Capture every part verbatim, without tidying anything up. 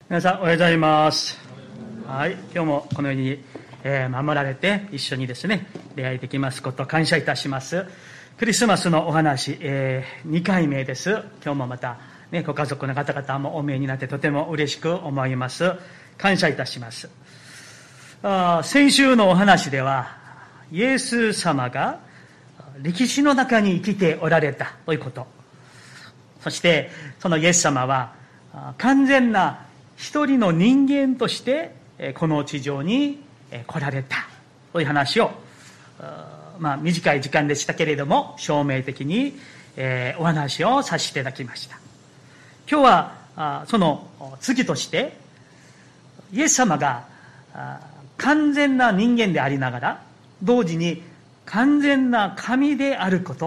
皆さんおはようございます。はい、今日もこのように、えー、守られて一緒にですね礼拝できますことを感謝いたします。クリスマスのお話、えー、にかいめです。今日もまた、ね、ご家族の方々もお見えになってとても嬉しく思います。感謝いたします。あ先週のお話ではイエス様が歴史の中に生きておられたということ、そしてそのイエス様は完全な一人の人間としてこの地上に来られたという話を、まあ、短い時間でしたけれども証明的にお話をさせていただきました。今日はその次としてイエス様が完全な人間でありながら同時に完全な神であること、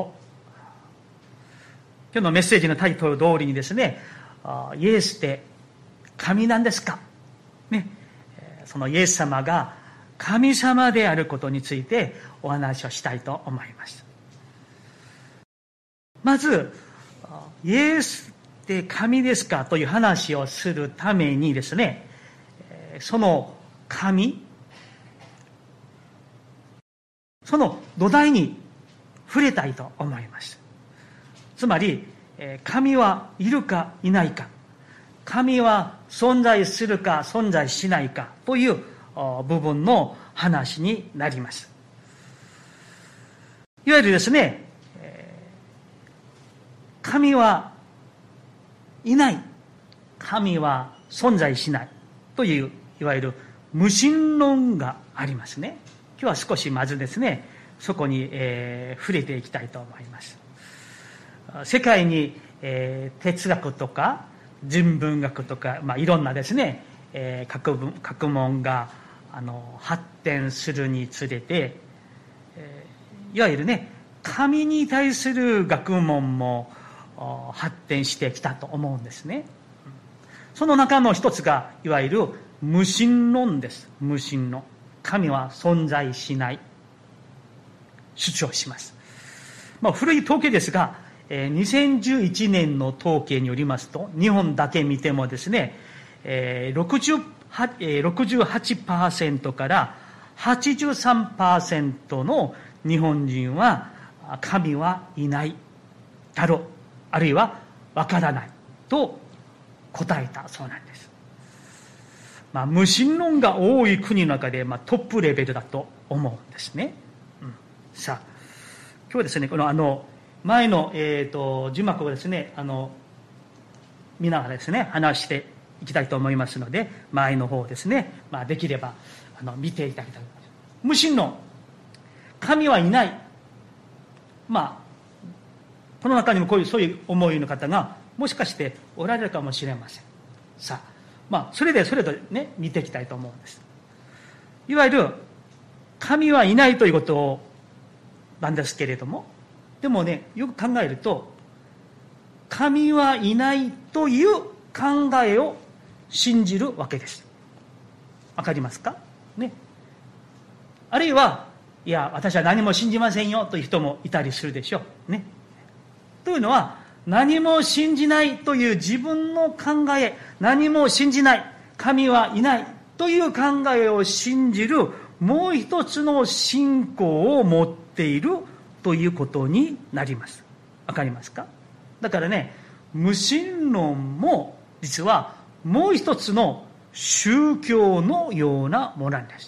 今日のメッセージのタイトル通りにですね、イエスって神なんですか、ね、そのイエス様が神様であることについてお話をしたいと思います。まずイエスって神ですかという話をするためにですね、その神、その土台に触れたいと思います。つまり神はいるかいないか、神は存在するか存在しないかという部分の話になります。いわゆるですね、神はいない、神は存在しないといういわゆる無神論がありますね。今日は少しまずですねそこに、えー、触れていきたいと思います。世界に、えー、哲学とか人文学とか、まあ、いろんなですね、えー、学問、学問があの発展するにつれて、えー、いわゆるね神に対する学問も発展してきたと思うんですね。その中の一つがいわゆる無神論です。無神論、神は存在しない主張します。まあ、古い統計ですがにせんじゅういちねんの統計によりますと、日本だけ見てもですね、ろくじゅうはちパーセント からはちじゅうさんパーセント の日本人は神はいないだろう、あるいはわからないと答えたそうなんです。まあ、無神論が多い国の中で、まあ、トップレベルだと思うんですね。うん、さあ今日はですねこのあの前の、えー、と字幕をですねあの見ながらですね話していきたいと思いますので、前の方をですね、まあ、できればあの見ていただきたいと思います。無神論、神はいない、まあこの中にもこういうそういう思いの方がもしかしておられるかもしれません。さあまあそれでそれとね見ていきたいと思うんです。いわゆる神はいないということなんですけれども、でもねよく考えると神はいないという考えを信じるわけです。わかりますかね。あるいはいや私は何も信じませんよという人もいたりするでしょうね。というのは何も信じないという自分の考え、何も信じない、神はいないという考えを信じるもう一つの信仰を持っているということになります。わかりますか？だからね、無神論も実はもう一つの宗教のようなものなんです。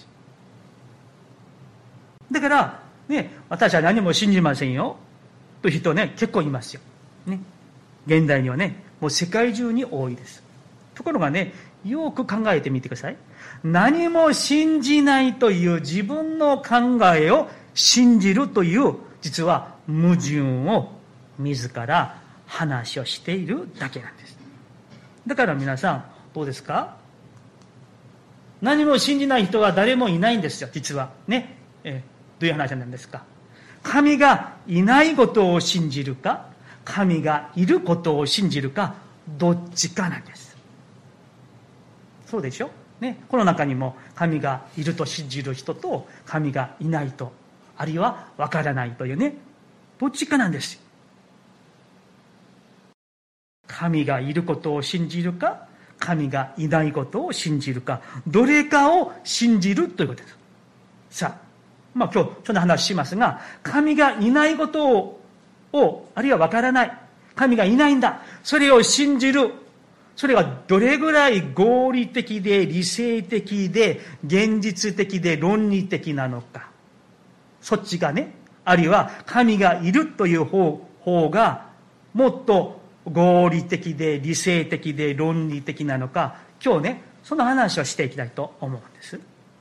だからね、私は何も信じませんよという人ね結構いますよ。ね、現代にはねもう世界中に多いです。ところがねよく考えてみてください。何も信じないという自分の考えを信じるという実は矛盾を自ら話をしているだけなんです。だから皆さんどうですか？何も信じない人は誰もいないんですよ実はね。えどういう話なんですか？神がいないことを信じるか神がいることを信じるかどっちかなんです。そうでしょね。この中にも神がいると信じる人と神がいないと、あるいはわからないというね、どっちかなんですよ。神がいることを信じるか神がいないことを信じるか、どれかを信じるということです。さあ、まあ今日その話しますが、神がいないことを、をあるいはわからない。神がいないんだ。それを信じる。それがどれぐらい合理的で理性的で現実的で論理的なのか。そっちがね、あるいは神がいるという方、方がもっと合理的で理性的で論理的なのか、今日ね、その話をしていきたいと思うんです。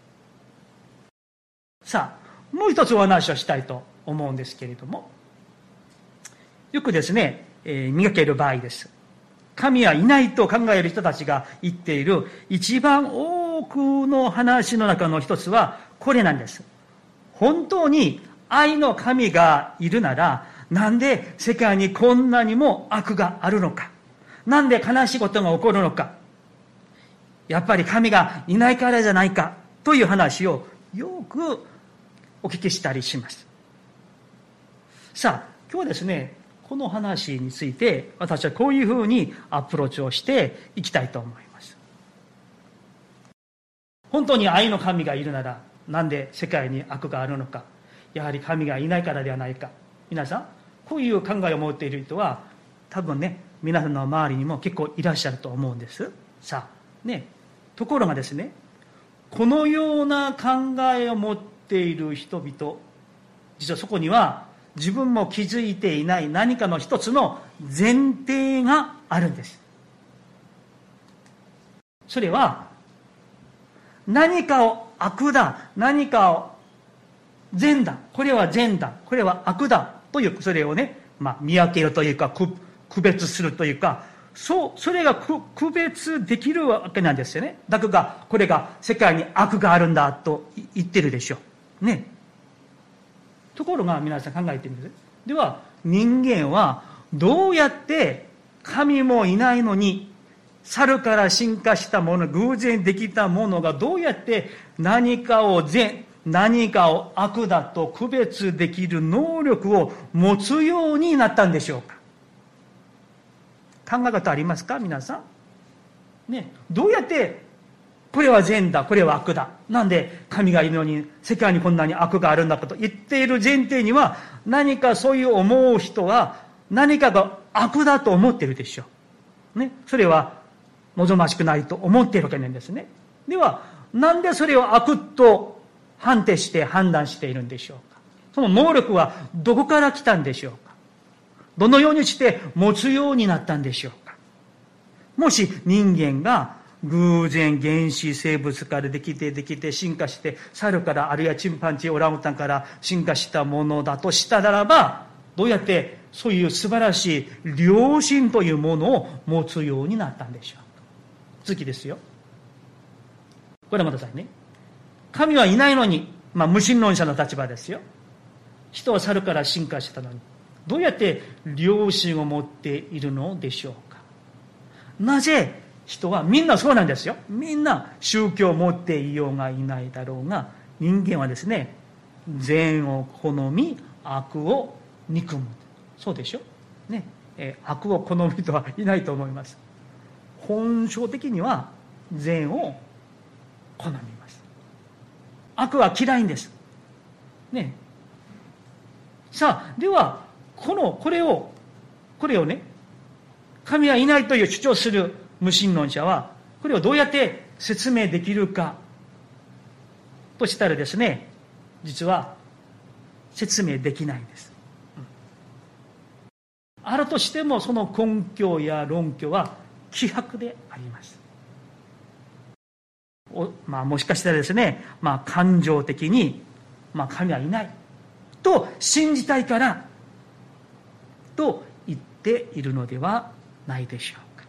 さあ、もう一つお話をしたいと思うんですけれども、よくですね、えー、見かける場合です。神はいないと考える人たちが言っている一番多くの話の中の一つはこれなんです。本当に愛の神がいるなら、なんで世界にこんなにも悪があるのか。なんで悲しいことが起こるのか。やっぱり神がいないからじゃないかという話をよくお聞きしたりします。さあ、今日はですね、この話について私はこういうふうにアプローチをしていきたいと思います。本当に愛の神がいるなら、なんで世界に悪があるのか。やはり神がいないからではないか。皆さん、こういう考えを持っている人は多分ね、皆さんの周りにも結構いらっしゃると思うんです。さあね、ところがですね、このような考えを持っている人々、実はそこには自分も気づいていない何かの一つの前提があるんです。それは何かを悪だ、何かを善だ、これは善だ、これは悪だというそれをね、まあ、見分けるというか区別するというか、そうそれが区別できるわけなんですよね。だからこれが世界に悪があるんだと言ってるでしょうね。ところが皆さん考えてみる。では人間はどうやって神もいないのに猿から進化したもの、偶然できたものがどうやって何かを善、何かを悪だと区別できる能力を持つようになったんでしょうか。考え方ありますか皆さん、ね、どうやってこれは善だ、これは悪だ、なんで神がいるのに世界にこんなに悪があるんだと言っている前提には、何かそういう思う人は何かが悪だと思っているでしょう、ね、それは望ましくないと思っているわけなんですね。ではなんでそれを悪と判定して判断しているんでしょうか。その能力はどこから来たんでしょうか。どのようにして持つようになったんでしょうか。もし人間が偶然原始生物からできてできて進化して猿からあるいはチンパンジーオランウータンから進化したものだとしたならば、どうやってそういう素晴らしい良心というものを持つようになったんでしょうか。次ですよ。これ待ってくださいね。神はいないのに、まあ無神論者の立場ですよ。人は猿から進化したのに、どうやって良心を持っているのでしょうか。なぜ人はみんなそうなんですよ。みんな宗教を持っていようがいないだろうが、人間はですね、善を好み悪を憎む。そうでしょね、えー、悪を好む人はいないと思います。本性的には善を好みます。悪は嫌いんですね。さあではこのこれをこれをね、神はいないという主張する無神論者はこれをどうやって説明できるかとしたらですね、実は説明できないんです。あるとしてもその根拠や論拠は希薄であります。おまあ、もしかしたらですね、まあ、感情的に、まあ、神はいないと信じたいからと言っているのではないでしょうか。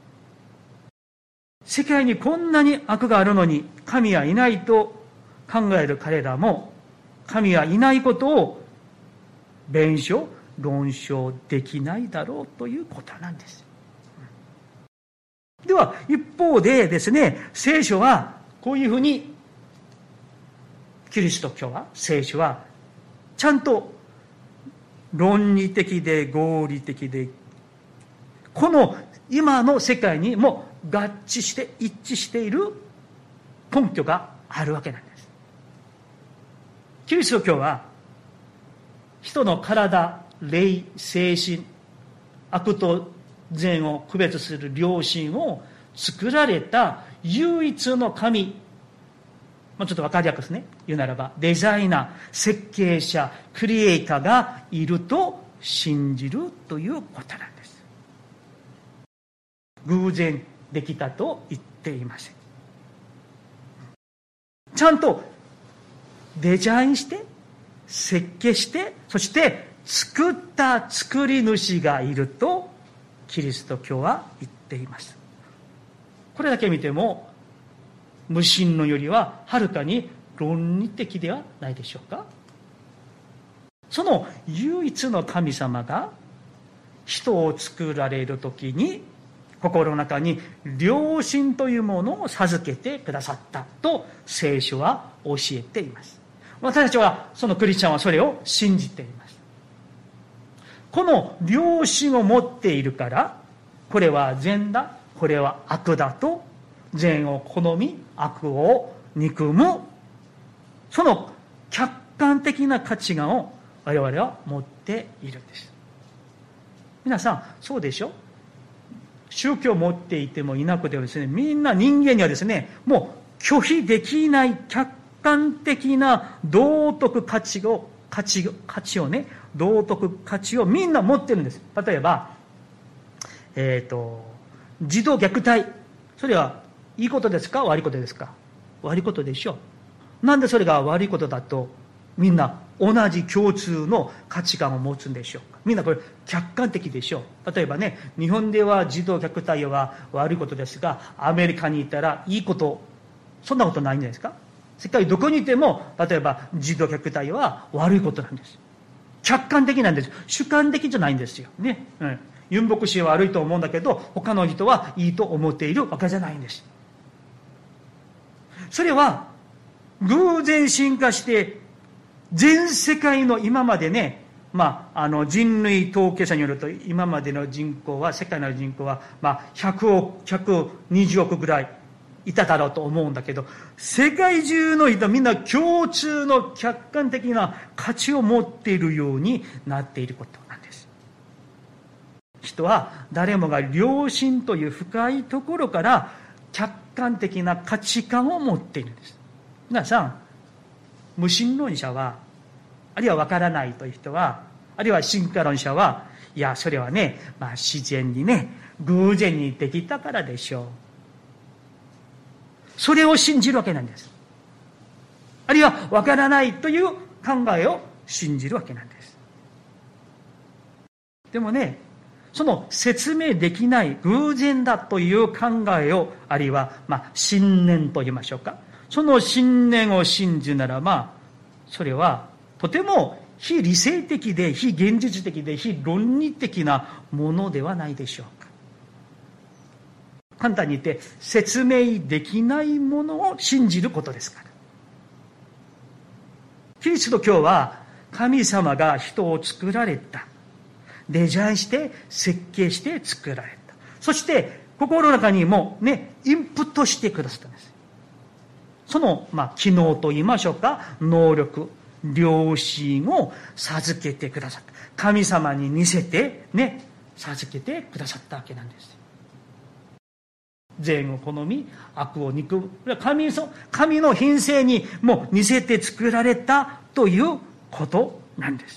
世界にこんなに悪があるのに神はいないと考える彼らも、神はいないことを弁証論証できないだろうということなんです。では一方でですね、聖書はこういうふうに、キリスト教は聖書はちゃんと論理的で合理的で、この今の世界にも合致して一致している根拠があるわけなんです。キリスト教は人の体、霊、精神、悪と善を区別する良心を作られた唯一の神、もうちょっと分かりやすくね言うならば、デザイナー、設計者、クリエイターがいると信じるということなんです。偶然できたと言っていません。ちゃんとデザインして設計して、そして作った作り主がいるとキリスト教は言っています。これだけ見ても無神論よりははるかに論理的ではないでしょうか。その唯一の神様が人を作られるときに心の中に良心というものを授けてくださったと聖書は教えています。私たちはそのクリスチャンはそれを信じています。この良心を持っているから、これは善だ、これは悪だと善を好み悪を憎む、その客観的な価値観を我々は持っているんです。皆さんそうでしょ。宗教を持っていてもいなくてもですね、みんな人間にはですね、もう拒否できない客観的な道徳価値を価値価値をね道徳価値をみんな持ってるんです。例えばえっと児童虐待、それはいいことですか悪いことですか。悪いことでしょう。なんでそれが悪いことだとみんな同じ共通の価値観を持つんでしょうか。みんなこれ客観的でしょう。例えばね、日本では児童虐待は悪いことですが、アメリカにいたらいいこと、そんなことないんじゃないですか。世界どこにいても例えば児童虐待は悪いことなんです。客観的なんです。主観的じゃないんですよね。うん、ユン牧師は悪いと思うんだけど他の人はいいと思っているわけじゃないんです。それは偶然進化して全世界の今までね、まあ、あの人類統計者によると今までの人口は世界の人口はまあひゃくおくひゃくにじゅうおくぐらいいただろうと思うんだけど、世界中の人みんな共通の客観的な価値を持っているようになっていることなんです。人は誰もが良心という深いところから客観的な価値観を持っているんです。皆さん、無神論者は、あるいは分からないという人は、あるいは進化論者は、いやそれはね、まあ、自然にね偶然にできたからでしょう、それを信じるわけなんです。あるいは分からないという考えを信じるわけなんです。でもね、その説明できない偶然だという考えを、あるいはまあ信念と言いましょうか、その信念を信じるならば、それはとても非理性的で非現実的で非論理的なものではないでしょうか。簡単に言って説明できないものを信じることですから。キリスト教は神様が人を作られた、デザインして設計して作られた、そして心の中にもねインプットしてくださったんです。その、まあ、機能と言いましょうか、能力、良心を授けてくださった。神様に似せてね授けてくださったわけなんです。善を好み悪を憎む、神の、神の品性にも似せて作られたということなんです。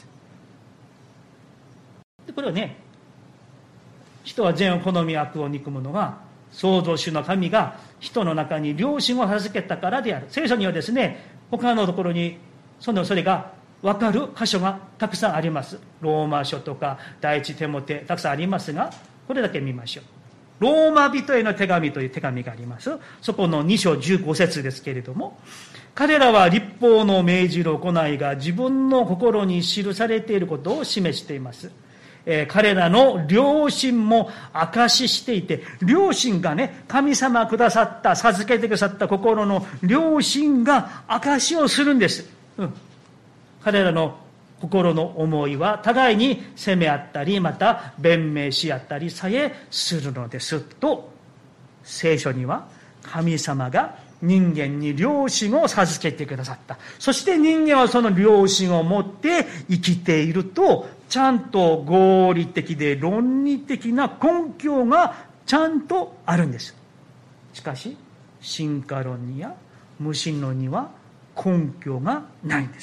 でこれはね、人は善を好み悪を憎むのが創造主の神が人の中に良心を授けたからである。聖書にはですね、他のところにそのそれが分かる箇所がたくさんあります。ローマ書とか第一テモテたくさんありますが、これだけ見ましょう。ローマ人への手紙という手紙があります。そこのに章じゅうご節ですけれども、彼らは律法の命じる行いが自分の心に記されていることを示しています。えー、彼らの良心も証ししていて、良心がね、神様くださった、授けてくださった心の良心が証しをするんです。うん、彼らの心の思いは互いに責め合ったり、また弁明し合ったりさえするのですと聖書には神様が人間に良心を授けてくださった。そして人間はその良心を持って生きていると、ちゃんと合理的で論理的な根拠がちゃんとあるんです。しかし、進化論にや無神論には根拠がないんです。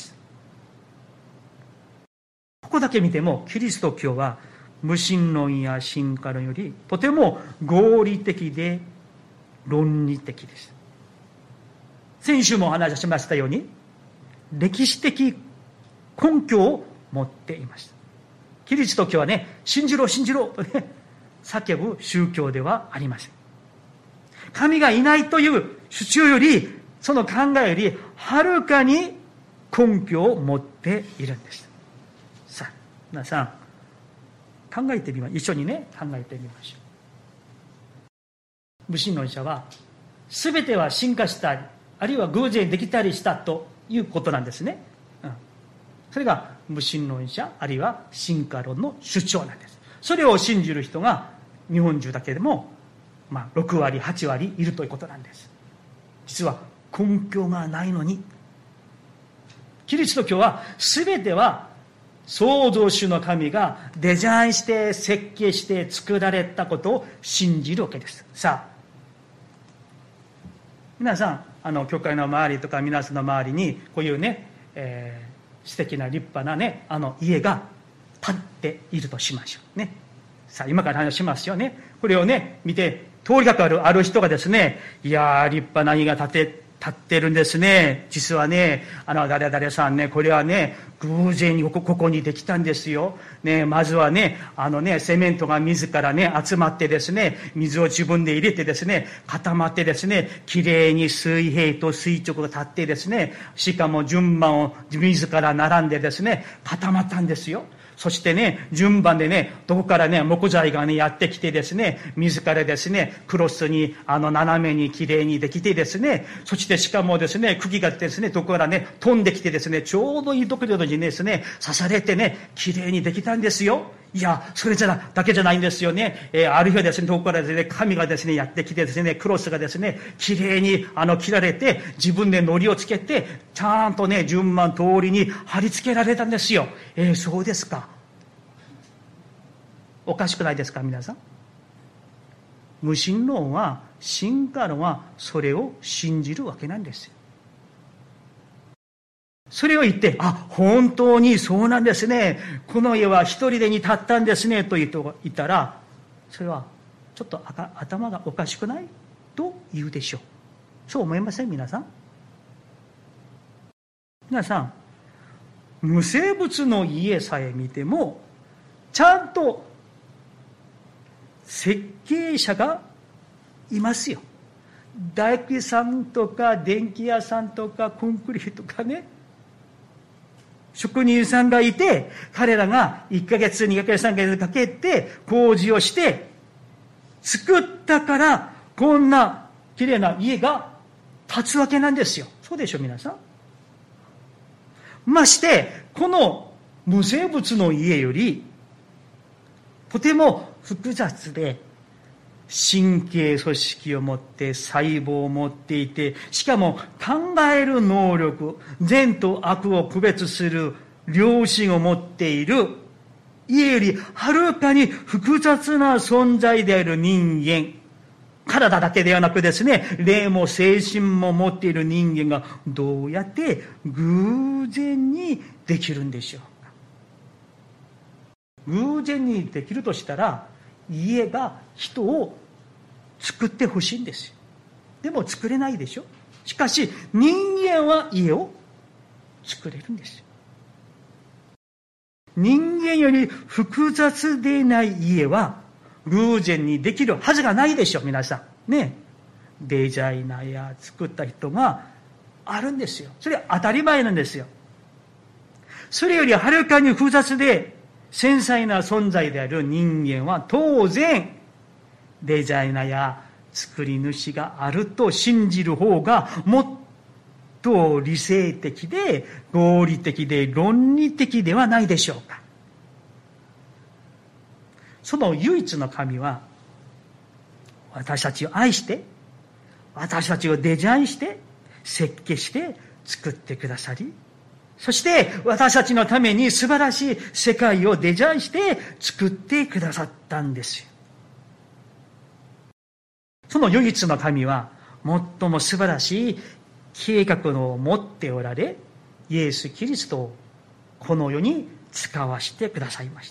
ここだけ見ても、キリスト教は無神論や進化論よりとても合理的で論理的です。先週もお話ししましたように、歴史的根拠を持っていました。キリスト教はね、信じろ信じろとね、叫ぶ宗教ではありません。神がいないという主張より、その考えよりはるかに根拠を持っているんです。さあ、皆さん考えてみましょう。一緒にね、考えてみましょう。無神論者は全ては進化したり、あるいは偶然できたりしたということなんですね。うん、それが無神論者、あるいは進化論の主張なんです。それを信じる人が日本中だけでも、まあ、ろくわりはちわりいるということなんです。実は根拠がないのに、キリスト教は全ては創造主の神がデザインして設計して作られたことを信じるわけです。さあ、皆さん、あの教会の周りとか皆さんの周りにこういうね、えー、素敵な立派なね、あの家が建っているとしましょうね。さあ、今から話しますよね。これをね見て、通りがかるある人がですね、いやー立派な家が建て立ってるんですね。実はね、あの誰々さんね、これはね偶然にここ、ここにできたんですよ。ね、まずはね、あのね、セメントが自らね集まってですね、水を自分で入れてですね、固まってですね、きれいに水平と垂直が立ってですね、しかも順番を自ら並んでですね、固まったんですよ。そしてね、順番でね、どこからね、木材がね、やってきてですね、自らですね、クロスに、あの、斜めにきれいにできてですね、そしてしかもですね、釘がですね、どこからね、飛んできてですね、ちょうどいいところにですね、刺されてね、きれいにできたんですよ。いや、それじゃだけじゃないんですよね。えー、ある日はですね、どこからですね、神がですね、やってきてですね、クロスがですね、きれいに、あの、切られて、自分で糊をつけて、ちゃんとね、順番通りに貼り付けられたんですよ。えー、そうですか。おかしくないですか、皆さん。無神論は、進化論は、それを信じるわけなんですよ。それを言って、あ、本当にそうなんですね。この家は一人でに建ったんですね、と言ったら、それは、ちょっと頭がおかしくないと言うでしょう。そう思いません、皆さん。皆さん、無生物の家さえ見ても、ちゃんと設計者がいますよ。大工さんとか電気屋さんとかコンクリートとかね、職人さんがいて、彼らがいっかげつにかげつさんかげつかけて工事をして作ったから、こんな綺麗な家が建つわけなんですよ。そうでしょ、皆さん。ましてこの無生物の家よりとても複雑で、神経組織を持って細胞を持っていて、しかも考える能力、善と悪を区別する良心を持っている家よりはるかに複雑な存在である人間、体だけではなくですね、霊も精神も持っている人間がどうやって偶然にできるんでしょうか。偶然にできるとしたら、家が人を作ってほしいんですよ。でも作れないでしょ。しかし人間は家を作れるんですよ。人間より複雑でない家は偶然にできるはずがないでしょ、皆さんね。デザイナーや作った人があるんですよ。それは当たり前なんですよ。それよりはるかに複雑で繊細な存在である人間は当然デザイナーや作り主があると信じる方がもっと理性的で合理的で論理的ではないでしょうか。 私たちを愛して、私たちをデザインして、設計して作ってくださり、そして私たちのために素晴らしい世界をデザインして作ってくださったんですよ。その唯一の神は最も素晴らしい計画を持っておられ、イエス・キリストをこの世に使わしてくださいました。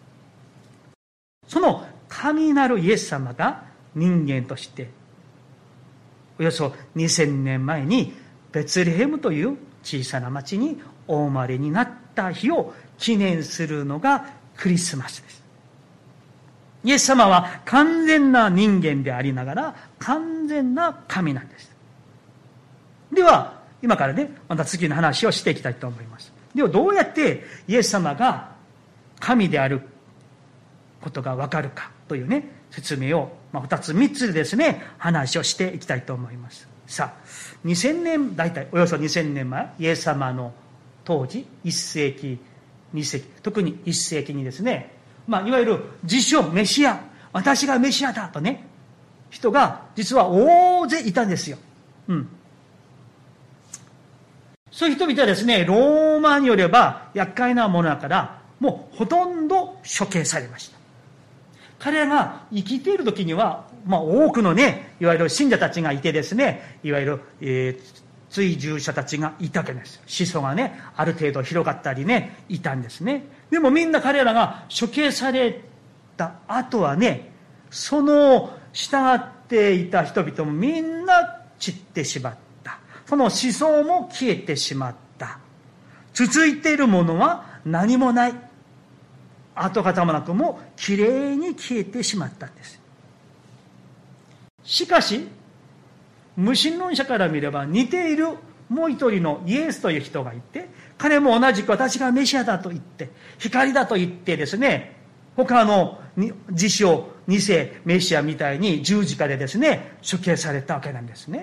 その神なるイエス様が人間としておよそにせんねんまえにベツレヘムという小さな町にお生まれになった日を記念するのがクリスマスです。イエス様は完全な人間でありながら完全な神なんです。では今からね、また次の話をしていきたいと思います。ではどうやってイエス様が神であることがわかるかというね、説明を、まあ、ふたつみっつでですね、話をしていきたいと思います。さあ、にせんねん、大体およそにせんねんまえ、イエス様の当時、いっせいき、にせいき、特にいっせいきにですね、まあ、いわゆる自称メシア、私がメシアだとね、人が実は大勢いたんですよ。うん。そういう人々はですね、ローマによれば厄介なものだから、もうほとんど処刑されました。彼らが生きている時には、まあ多くのね、いわゆる信者たちがいてですね、いわゆる、えー、追従者たちがいたわけです。子孫がね、ある程度広がったりね、いたんですね。でもみんな彼らが処刑された後はね、その従っていた人々もみんな散ってしまった。その子孫も消えてしまった。続いているものは何もない。跡形もなくもきれいに消えてしまったんです。しかし、無神論者から見れば似ているもう一人のイエスという人がいて、彼も同じく私がメシアだと言って、光だと言ってですね、他の自称偽メシアみたいに十字架でですね、処刑されたわけなんですね。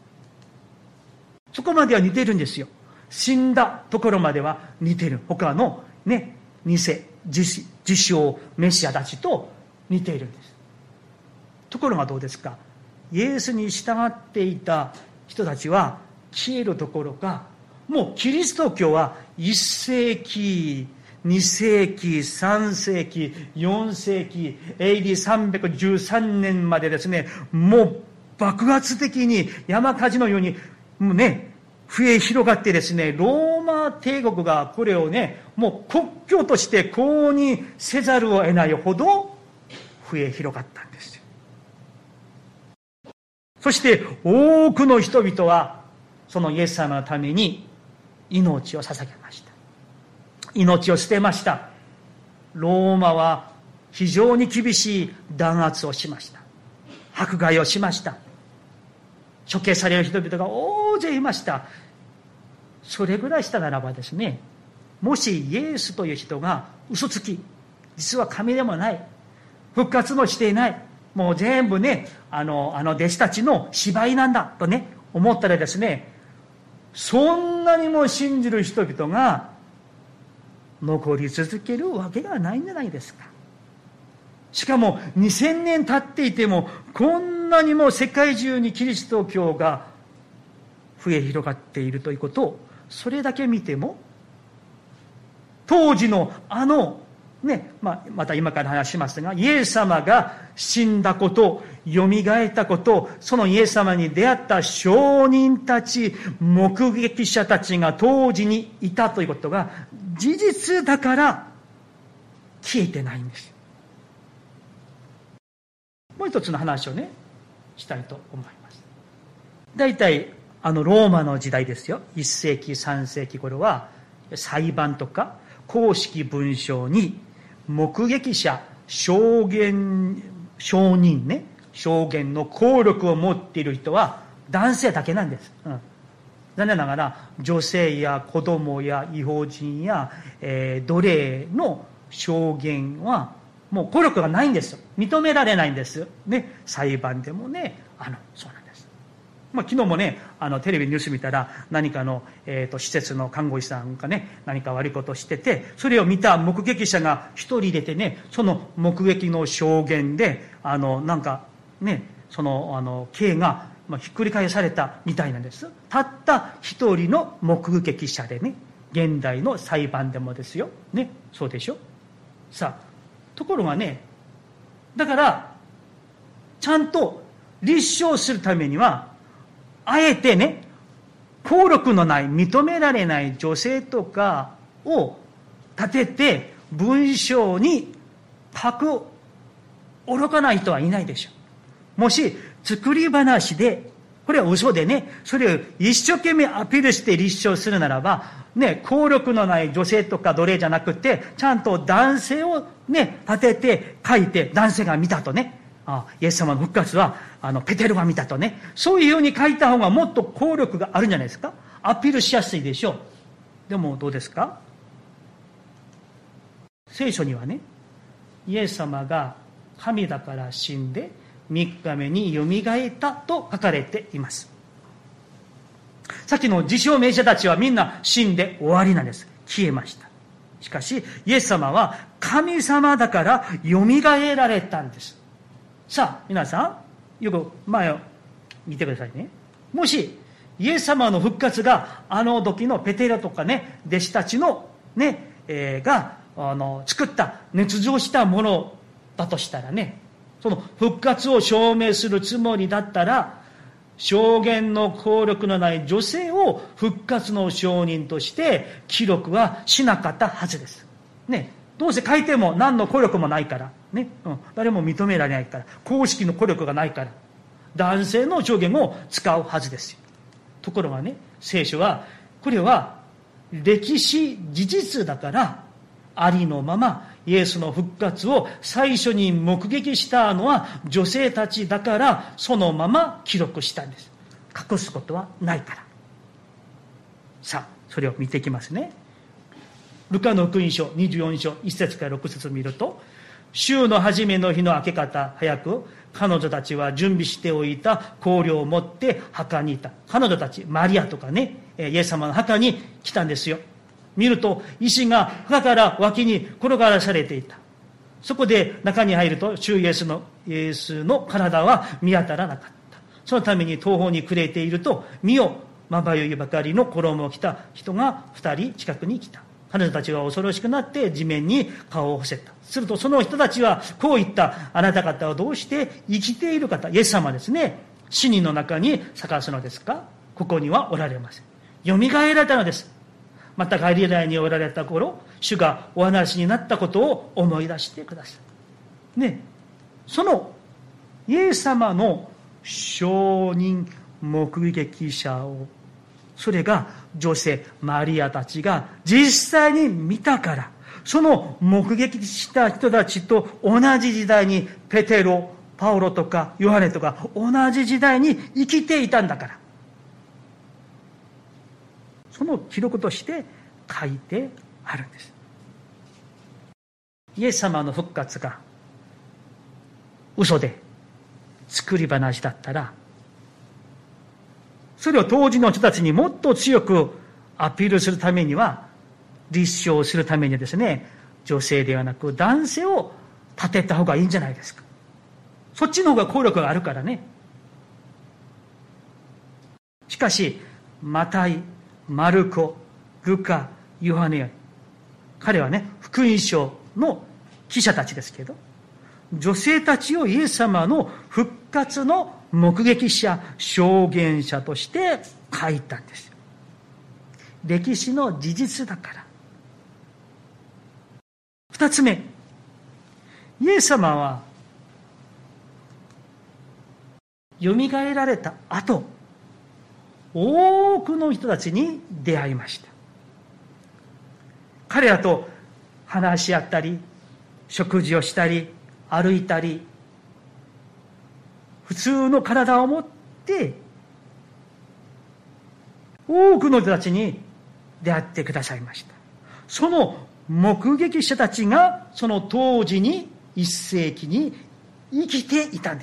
そこまでは似ているんですよ。死んだところまでは似ている。他のね、偽自称メシアたちと似ているんです。ところがどうですか。イエスに従っていた人たちは消えるどころか、もうキリスト教はいっせいき、にせいき、さんせいき、よんせいき、エーディーさんびゃくじゅうさんねんまでですね、もう爆発的に山火事のようにもうね、増え広がってですね、ローマ帝国がこれをね、もう国教として公認せざるを得ないほど増え広がったんですよ。そして多くの人々はそのイエス様のために命を捧げました。命を捨てました。ローマは非常に厳しい弾圧をしました。迫害をしました。処刑される人々が大勢いました。それぐらいしたならばですね、もしイエスという人が嘘つき、実は神でもない、復活もしていない、もう全部ね、あの、あの弟子たちの芝居なんだとね、思ったらですね、そんなにも信じる人々が残り続けるわけがないんじゃないですか。しかもにせんねん経っていてもこんなにも世界中にキリスト教が増え広がっているということを、それだけ見ても当時のあのね、まあ、また今から話しますが、イエス様が死んだこと、よみがえったこと、そのイエス様に出会った証人たち、目撃者たちが当時にいたということが事実だから消えてないんです。もう一つの話をね、したいと思います。大体あのローマの時代ですよ。いっせいき、さんせいき頃は裁判とか公式文書に目撃者、証言、証人ね、証言の効力を持っている人は男性だけなんです。うん、残念ながら女性や子供や違法人や、えー、奴隷の証言はもう効力がないんですよ。認められないんですね。裁判でもね、あのそうなんです。まあ、昨日もね、あのテレビニュース見たら何かの、えー、と施設の看護師さんがね、何か悪いことをしてて、それを見た目撃者が一人出てね、その目撃の証言であのなんかね、その、あの、刑が、まあ、ひっくり返されたみたいなんです。たった一人の目撃者でね、現代の裁判でもですよ。ね、そうでしょ。さあ、ところがね、だから、ちゃんと立証するためには、あえてね、効力のない、認められない女性とかを立てて、文章に書く、愚かな人はいないでしょう。もし、作り話で、これは嘘でね、それを一生懸命アピールして立証するならば、ね、効力のない女性とか奴隷じゃなくて、ちゃんと男性をね、立てて書いて、男性が見たとね、あイエス様の復活は、あの、ペテロが見たとね、そういうように書いた方がもっと効力があるんじゃないですか。アピールしやすいでしょう。でもどうですか？聖書にはね、イエス様が神だから死んで、みっかめによみがえったと書かれています。さっきの自称名者たちはみんな死んで終わりなんです。消えました。しかし、イエス様は神様だからよみがえられたんです。さあ、皆さん、よく前を見てくださいね。もし、イエス様の復活があの時のペテロとかね、弟子たちのね、えー、が、あの、作った、捏造したものだとしたらね、その復活を証明するつもりだったら、証言の効力のない女性を復活の証人として記録はしなかったはずです。ね。どうせ書いても何の効力もないから。ね。うん。誰も認められないから。公式の効力がないから。男性の証言を使うはずですよ。ところがね、聖書は、これは歴史事実だから、ありのままイエスの復活を最初に目撃したのは女性たちだからそのまま記録したんです。隠すことはないから。さあ、それを見ていきますね。ルカの福音書にじゅうよん章いち節からろく節を見ると、週の初めの日の明け方早く、彼女たちは準備しておいた香料を持って墓にいた。彼女たち、マリアとかね、イエス様の墓に来たんですよ。見ると石が墓から脇に転がらされていた。そこで中に入ると主イエスのイエスの体は見当たらなかった。そのために東方に暮れていると、見よ、まばゆいばかりの衣を着た人が二人近くに来た。彼女たちは恐ろしくなって地面に顔を伏せた。するとその人たちはこう言った。あなた方はどうして生きている方、イエス様ですね、死人の中に探すのですか？ここにはおられません。よみがえられたのです。またガリラヤにおられた頃、主がお話になったことを思い出してください。ね、そのイエス様の証人目撃者を、それが女性マリアたちが実際に見たから、その目撃した人たちと同じ時代にペテロ、パウロとかヨハネとか同じ時代に生きていたんだから、その記録として書いてあるんです。イエス様の復活が嘘で作り話だったら、それを当時の人たちにもっと強くアピールするためには、立証するためにですね、女性ではなく男性を立てた方がいいんじゃないですか。そっちの方が効力があるからね。しかしマタイ、マルコ、ルカ、ヨハネ、彼はね、福音書の記者たちですけど、女性たちをイエス様の復活の目撃者、証言者として書いたんです。歴史の事実だから。二つ目、イエス様はよみがえられた後、多くの人たちに出会いました。彼らと話し合ったり、食事をしたり、歩いたり、普通の体を持って多くの人たちに出会ってくださいました。その目撃者たちがその当時に一世紀に生きていたんです。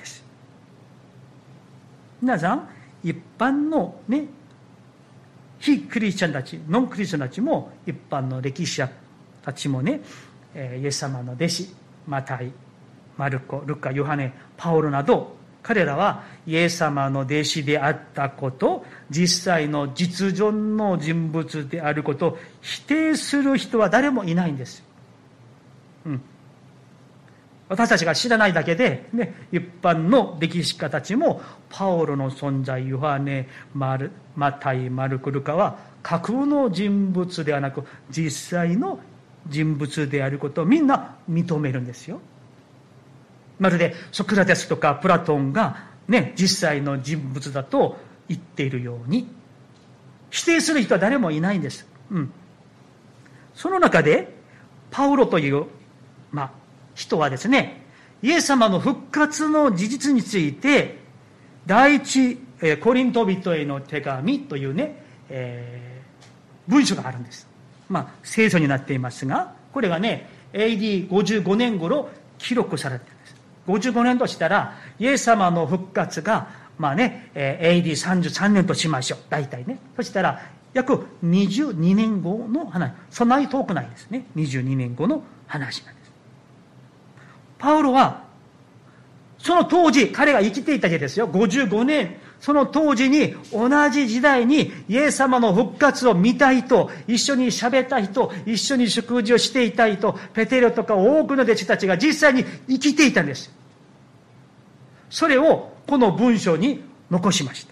皆さん、一般のね、非クリスチャンたち、ノンクリスチャンたちも、一般の歴史者たちもね、イエス様の弟子、マタイ、マルコ、ルカ、ヨハネ、パウロなど、 彼らはイエス様の弟子であったこと、実際の実存の人物であることを否定する人は誰もいないんです。うん、私たちが知らないだけで、ね、一般の歴史家たちもパオロの存在、ヨハネ、マルマタイ、マルク、ルカは架空の人物ではなく実際の人物であることをみんな認めるんですよ。まるでソクラテスとかプラトンが、ね、実際の人物だと言っているように、否定する人は誰もいないんです。うん、その中でパウロという、まあ、人はですね、イエス様の復活の事実について、第一コリント人への手紙というね、えー、文書があるんです。まあ、聖書になっていますが、これがね、エーディーごじゅうご 年頃記録されているんです。ごじゅうごねんとしたら、イエス様の復活が、まあね、エーディーさんじゅうさん 年としましょう。大体ね。そしたら、約にじゅうにねんごの話。そんなに遠くないですね。にじゅうにねんごの話なんです。パウロは、その当時、彼が生きていた時ですよ。ごじゅうごねん。その当時に、同じ時代に、イエス様の復活を見た人、一緒に喋った人、一緒に食事をしていた人、ペテロとか多くの弟子たちが実際に生きていたんです。それを、この文章に残しました。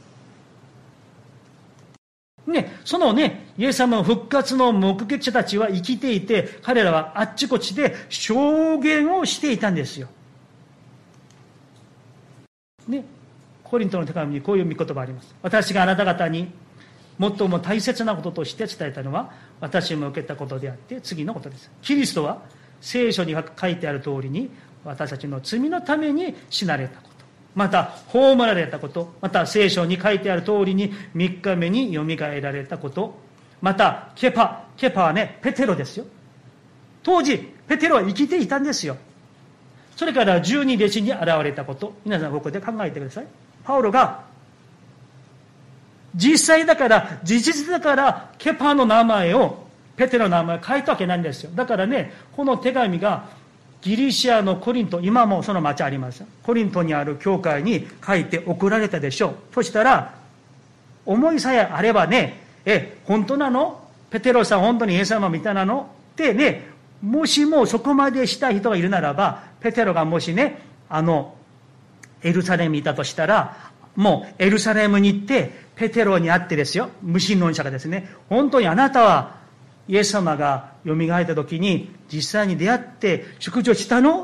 ね、そのね、イエス様の復活の目撃者たちは生きていて、彼らはあっちこっちで証言をしていたんですよ。ね、コリントの手紙にこういう御言葉があります。私があなた方に最も大切なこととして伝えたのは、私も受けたことであって次のことです。キリストは聖書に書いてある通りに、私たちの罪のために死なれたこと、また葬られたこと、また聖書に書いてある通りにみっかめによみがえられたこと、またケパ、ケパはね、ペテロですよ。当時ペテロは生きていたんですよ。それから十二弟子に現れたこと、皆さんここで考えてください。パウロが実際だから、事実だからケパの名前を、ペテロの名前を書いたわけなんですよ。だからね、この手紙がギリシアのコリント、今もその町あります。コリントにある教会に書いて送られたでしょう。そしたら、思いさえあればね、え、本当なの？ペテロさん本当にイエス様みたいなの？ってね、もしもそこまでした人がいるならば、ペテロがもしね、あの、エルサレムにいたとしたら、もうエルサレムに行って、ペテロに会ってですよ、無神論者がですね、本当にあなたはイエス様が蘇った時に実際に出会って食事をしたの？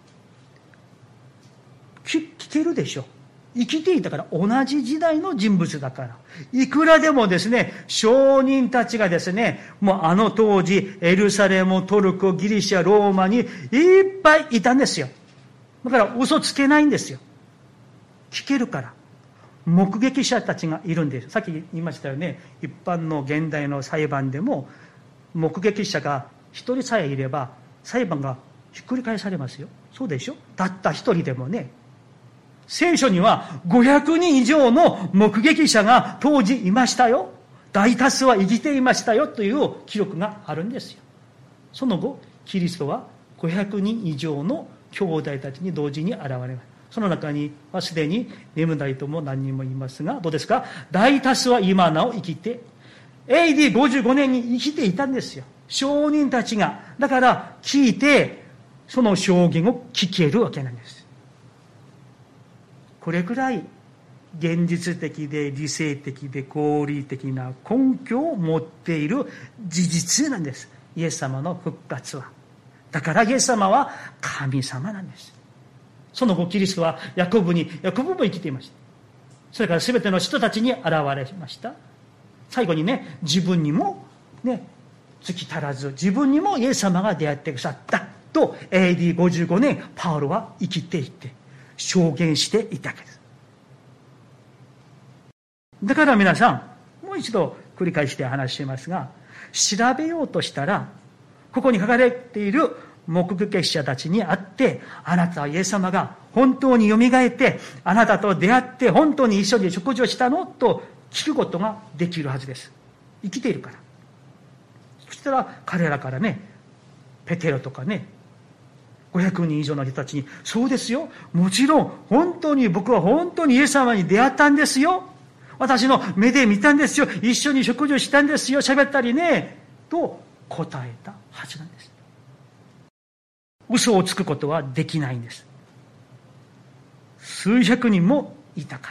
聞けるでしょ。生きていたから、同じ時代の人物だから。いくらでもですね、証人たちがですね、もうあの当時、エルサレム、トルコ、ギリシャ、ローマにいっぱいいたんですよ。だから嘘つけないんですよ。聞けるから。目撃者たちがいるんです。さっき言いましたよね、一般の現代の裁判でも、目撃者が一人さえいれば、裁判がひっくり返されますよ。そうでしょ？たった一人でもね。聖書にはごひゃくにん以上の目撃者が当時いましたよ。大多数は生きていましたよという記録があるんですよ。その後、キリストはごひゃくにん以上の兄弟たちに同時に現れます。その中にはすでに眠たいとも何人もいますが、どうですか？大多数は今なお生きて、エーディーごじゅうご 年に生きていたんですよ。証人たちが。だから聞いて、その証言を聞けるわけなんです。これくらい現実的で理性的で合理的な根拠を持っている事実なんです。イエス様の復活は。だからイエス様は神様なんです。その後キリストはヤコブに、ヤコブも生きていました。それから全ての人たちに現れました。最後にね、自分にもね、月足らず、自分にもイエス様が出会ってくださったと エーディーごじゅうご 年、パウロは生きていて証言していたわけです。だから皆さん、もう一度繰り返して話しますが、調べようとしたら、ここに書かれている目撃者たちに会って、あなたはイエス様が本当に蘇って、あなたと出会って本当に一緒に食事をしたのと聞くことができるはずです。生きているから。そしたら彼らからね、ペテロとかね、 ごひゃくにん以上の人たちに、そうですよ。もちろん、本当に僕は本当にイエス様に出会ったんですよ。私の目で見たんですよ。一緒に食事をしたんですよ。喋ったりね。と答えたはずなんです。嘘をつくことはできないんです。数百人もいたから。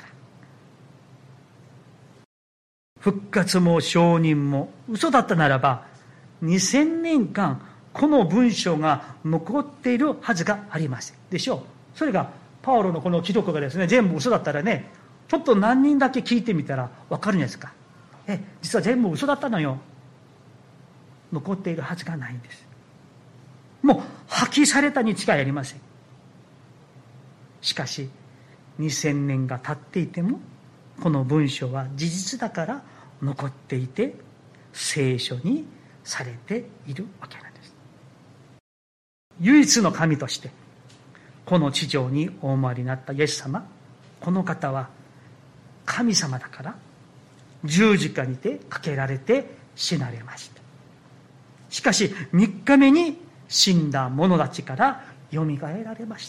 復活も証人も嘘だったならば、にせんねんかんこの文章が残っているはずがありませんでしょう。それがパウロのこの記録がですね、全部嘘だったらね、ちょっと何人だけ聞いてみたらわかるんですか。え、実は全部嘘だったのよ。残っているはずがないんです。もう破棄されたに違いありません。しかしにせんねんが経っていても、この文章は事実だから残っていて、聖書にされているわけなんです。唯一の神としてこの地上にお生まれになったイエス様、この方は神様だから十字架にてかけられて死なれました。しかしみっかめに死んだ者たちからよみがえられました。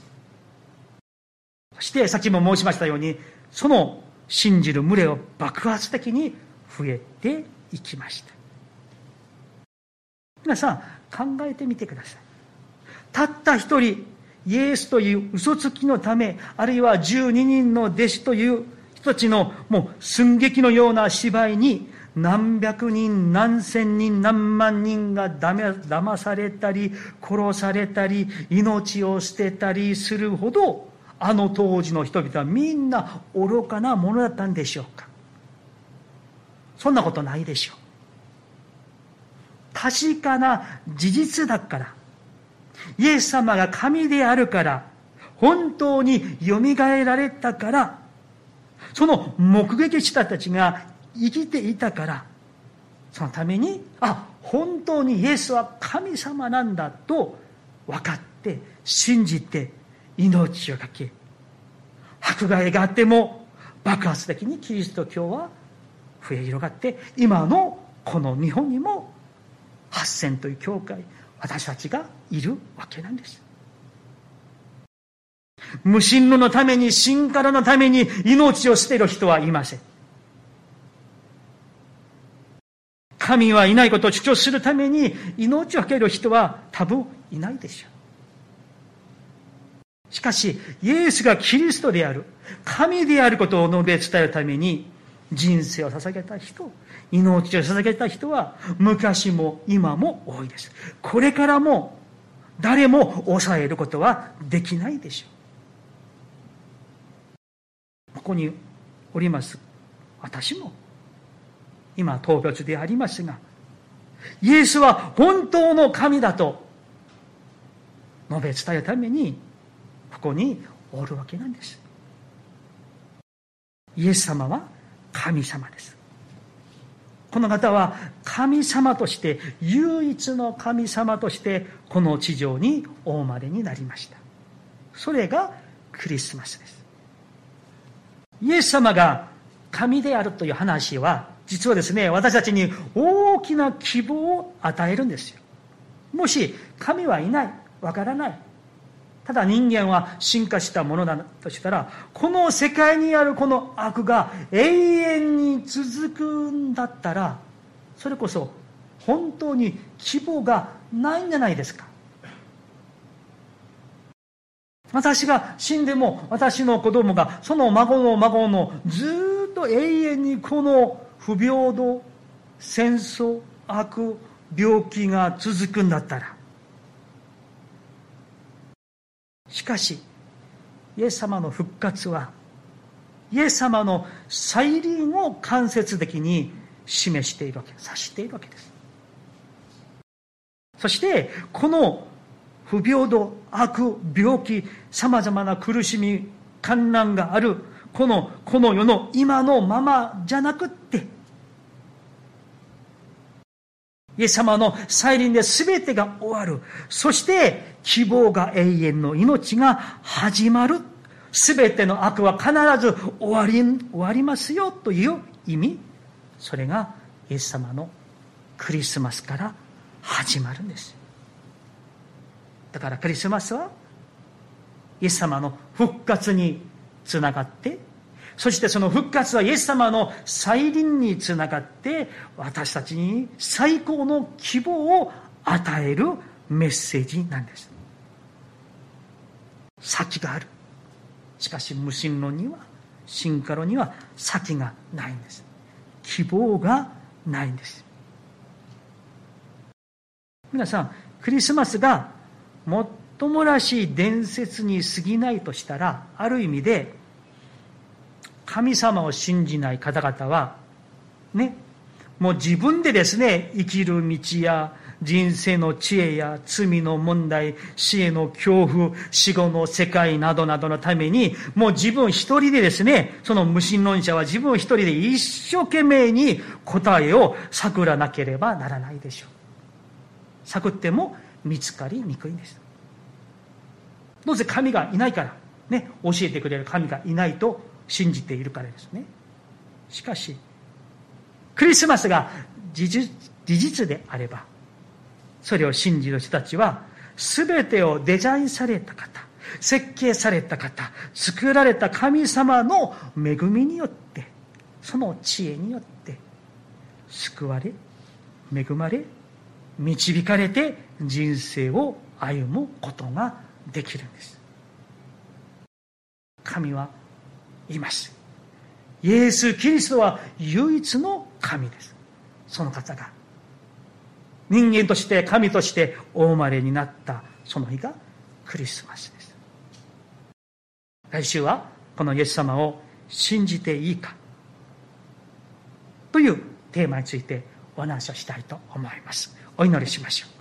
そしてさっきも申しましたように、その信じる群れを爆発的に増えていきました。皆さん考えてみてください。たった一人イエスという嘘つきのため、あるいはじゅうににんの弟子という人たちのもう寸劇のような芝居に、何百人何千人何万人がだめ騙されたり殺されたり命を捨てたりするほど、あの当時の人々はみんな愚かなものだったんでしょうか。そんなことないでしょう。確かな事実だから、イエス様が神であるから、本当によみがえられたから、その目撃者たちが生きていたから、そのために、あ、本当にイエスは神様なんだと分かって信じて命をかけ、迫害があっても爆発的にキリスト教は増え広がって、今のこの日本にもはっせんという教会、私たちがいるわけなんです。無神論のために、神からのために命を捨てる人はいません。神はいないことを主張するために命を懸ける人は多分いないでしょう。しかし、イエスがキリストである、神であることを述べ伝えるために人生を捧げた人、命を捧げた人は昔も今も多いです。これからも誰も抑えることはできないでしょう。ここにおります私も今闘病中でありますが、イエスは本当の神だと述べ伝えるためにここにおるわけなんです。イエス様は神様です。この方は神様として、唯一の神様としてこの地上にお生まれになりました。それがクリスマスです。イエス様が神であるという話は、実はですね、私たちに大きな希望を与えるんですよ。もし神はいない、わからない、ただ人間は進化したものだとしたら、この世界にあるこの悪が永遠に続くんだったら、それこそ本当に希望がないんじゃないですか。私が死んでも私の子供がその孫の孫のずっと永遠にこの不平等、戦争、悪、病気が続くんだったら、しかしイエス様の復活はイエス様の再臨を間接的に示しているわけ、指しているわけです。そしてこの不平等、悪、病気、さまざまな苦しみ、患難があるこのこの世の今のままじゃなくって、イエス様の再臨で全てが終わる。そして希望が永遠の命が始まる。全ての悪は必ず終わり、終わりますよという意味。それがイエス様のクリスマスから始まるんです。 だからクリスマスはイエス様の復活につながって、そしてその復活はイエス様の再臨につながって、私たちに最高の希望を与えるメッセージなんです。先がある。しかし無神論には、進化論には先がないんです。希望がないんです。皆さん、クリスマスがもっともらしい伝説に過ぎないとしたら、ある意味で神様を信じない方々はね、もう自分でですね、生きる道や人生の知恵や罪の問題、死への恐怖、死後の世界などなどのために、もう自分一人でですね、その無神論者は自分一人で一生懸命に答えを探らなければならないでしょう。探っても見つかりにくいんです。どうせ神がいないから、ね、教えてくれる神がいないと信じているからですね。しかし、クリスマスが事実、事実であれば、それを信じる人たちは、すべてをデザインされた方、設計された方、作られた神様の恵みによって、その知恵によって、救われ、恵まれ、導かれて人生を歩むことができるんです。神はいます。イエス・キリストは唯一の神です。その方が人間として神としてお生まれになったその日がクリスマスです。来週はこのイエス様を信じていいかというテーマについてお話をしたいと思います。お祈りしましょう。